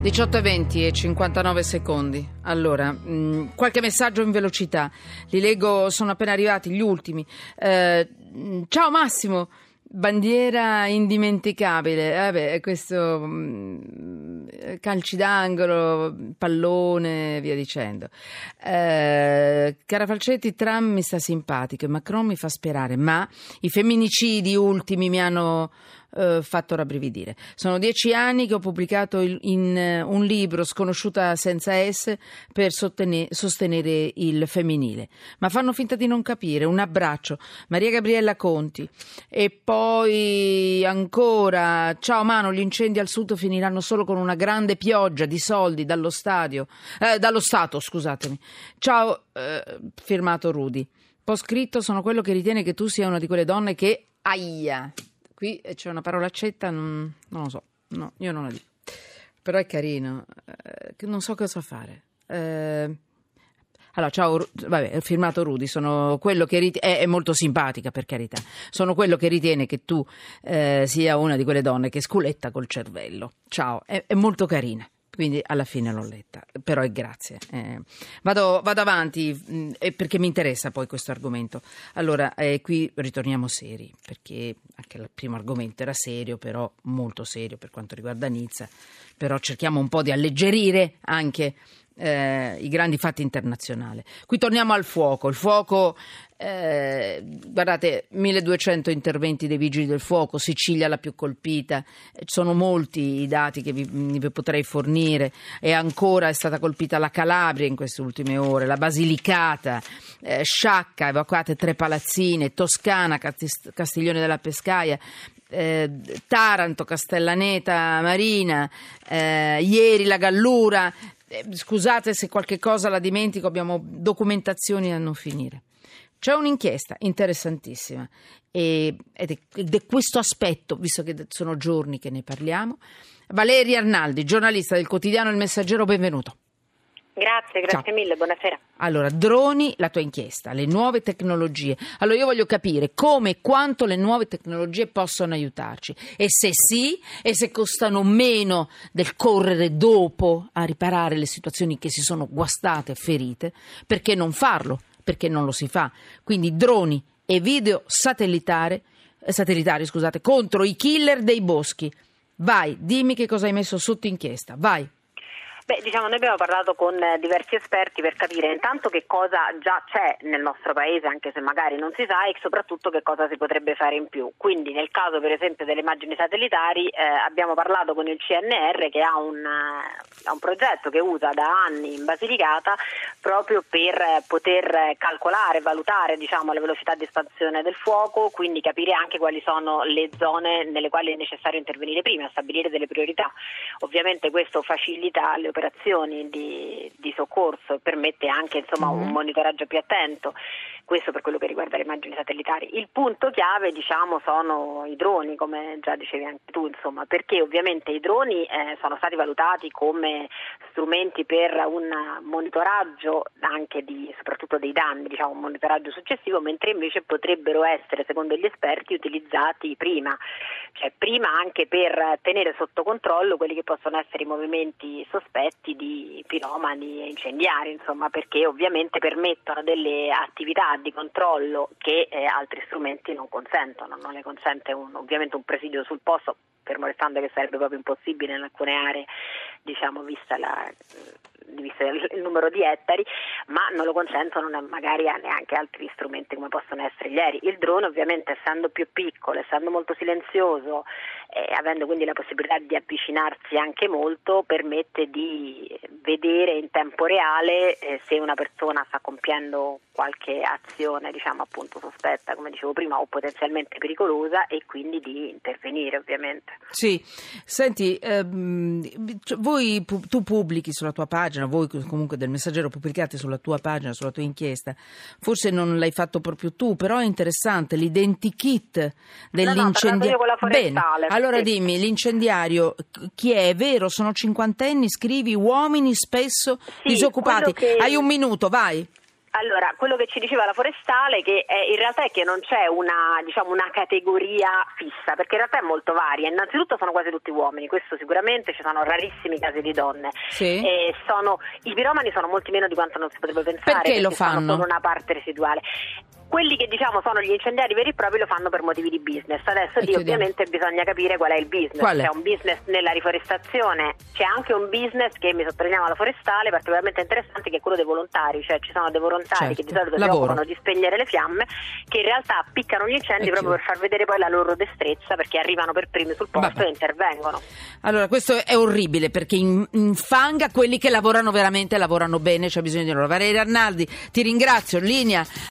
18:20 e 59 secondi. Allora, qualche messaggio in velocità. Li leggo, sono appena arrivati gli ultimi. Ciao Massimo, bandiera indimenticabile. Questo calci d'angolo, pallone, via dicendo. Cara Falcetti, Trump mi sta simpatico e Macron mi fa sperare, ma i femminicidi ultimi mi hanno fatto rabbrividire. Sono 10 anni che ho pubblicato in un libro, Sconosciuta senza S, per sostenere il femminile, ma fanno finta di non capire. Un abbraccio, Maria Gabriella Conti. E poi ancora, ciao Mano, gli incendi al sud finiranno solo con una grande pioggia di soldi dallo Stato, scusatemi. Ciao, firmato Rudy. Post scritto, sono quello che ritiene che tu sia una di quelle donne che aia. Qui c'è una parolaccetta, non lo so, no, io non la dico, però è carino, non so cosa fare. Allora, ciao, vabbè, ho firmato Rudy, sono quello che è molto simpatica, per carità, sono quello che ritiene che tu sia una di quelle donne che sculetta col cervello. Ciao, è molto carina. Quindi alla fine l'ho letta, però grazie. Vado avanti perché mi interessa poi questo argomento. Allora, qui ritorniamo seri, perché anche il primo argomento era serio, però molto serio per quanto riguarda Nizza, però cerchiamo un po' di alleggerire anche i grandi fatti internazionali. Qui torniamo al fuoco. Il fuoco, guardate, 1200 interventi dei vigili del fuoco, Sicilia la più colpita, sono molti i dati che vi potrei fornire, e ancora è stata colpita la Calabria in queste ultime ore, la Basilicata, Sciacca, evacuate 3 palazzine, Toscana, Castiglione della Pescaia, Taranto, Castellaneta Marina, ieri la Gallura. Scusate se qualche cosa la dimentico, abbiamo documentazioni a non finire. C'è un'inchiesta interessantissima ed è questo aspetto, visto che sono giorni che ne parliamo. Valeria Arnaldi, giornalista del quotidiano Il Messaggero, benvenuto. Grazie Ciao. mille, buonasera. Allora, droni, la tua inchiesta, le nuove tecnologie. Allora io voglio capire come e quanto le nuove tecnologie possono aiutarci, e se sì, e se costano meno del correre dopo a riparare le situazioni che si sono guastate e ferite. Perché non farlo? Perché non lo si fa. Quindi droni e video satellitari, contro i killer dei boschi. Vai, dimmi che cosa hai messo sotto inchiesta, vai. Noi abbiamo parlato con diversi esperti per capire intanto che cosa già c'è nel nostro paese, anche se magari non si sa, e soprattutto che cosa si potrebbe fare in più. Quindi nel caso per esempio delle immagini satellitari abbiamo parlato con il CNR, che ha un progetto che usa da anni in Basilicata proprio per poter calcolare, valutare la velocità di espansione del fuoco, quindi capire anche quali sono le zone nelle quali è necessario intervenire prima, stabilire delle priorità. Ovviamente questo facilita le operazioni di soccorso e permette anche un monitoraggio più attento. Questo per quello che riguarda le immagini satellitari. Il punto chiave sono i droni, come già dicevi anche tu, perché ovviamente i droni sono stati valutati come strumenti per un monitoraggio anche soprattutto dei danni, un monitoraggio successivo, mentre invece potrebbero essere, secondo gli esperti, utilizzati prima anche per tenere sotto controllo quelli che possono essere i movimenti sospetti di piromani e incendiari, perché ovviamente permettono delle attività di controllo che altri strumenti non consentono. Non le consente ovviamente un presidio sul posto, fermo restando che sarebbe proprio impossibile in alcune aree, vista il numero di ettari, ma non lo consentono magari neanche altri strumenti come possono essere gli aerei. Il drone ovviamente, essendo più piccolo, essendo molto silenzioso, avendo quindi la possibilità di avvicinarsi anche molto, permette di vedere in tempo reale se una persona sta compiendo qualche azione appunto sospetta, come dicevo prima, o potenzialmente pericolosa, e quindi di intervenire ovviamente. Sì, senti, tu pubblichi sulla tua pagina, voi comunque del Messaggero pubblicate sulla tua pagina, sulla tua inchiesta, forse non l'hai fatto proprio tu, però è interessante l'identikit dell'incendiario. Bene, allora sì. Dimmi, l'incendiario chi è? Vero, sono cinquantenni, scrivi uomini spesso disoccupati. Hai un minuto, vai. Allora, quello che ci diceva la forestale che in realtà è che non c'è una categoria fissa, perché in realtà è molto varia. Innanzitutto sono quasi tutti uomini, questo sicuramente, ci sono rarissimi casi di donne. Sì. I piromani sono molti meno di quanto non si potrebbe pensare. Perché lo fanno? Sono solo una parte residuale. Quelli che sono gli incendiari veri e propri lo fanno per motivi di business. Adesso ovviamente bisogna capire qual è il business. C'è un business nella riforestazione, c'è anche un business che mi sottolineava la forestale particolarmente interessante, che è quello dei volontari, cioè ci sono dei volontari che di solito si occupano di spegnere le fiamme, che in realtà appiccano gli incendi proprio per far vedere poi la loro destrezza, perché arrivano per primi sul posto e intervengono. Allora, questo è orribile perché infanga quelli che lavorano veramente, lavorano bene, c'è bisogno di loro. Valeria Arnaldi, ti ringrazio, in linea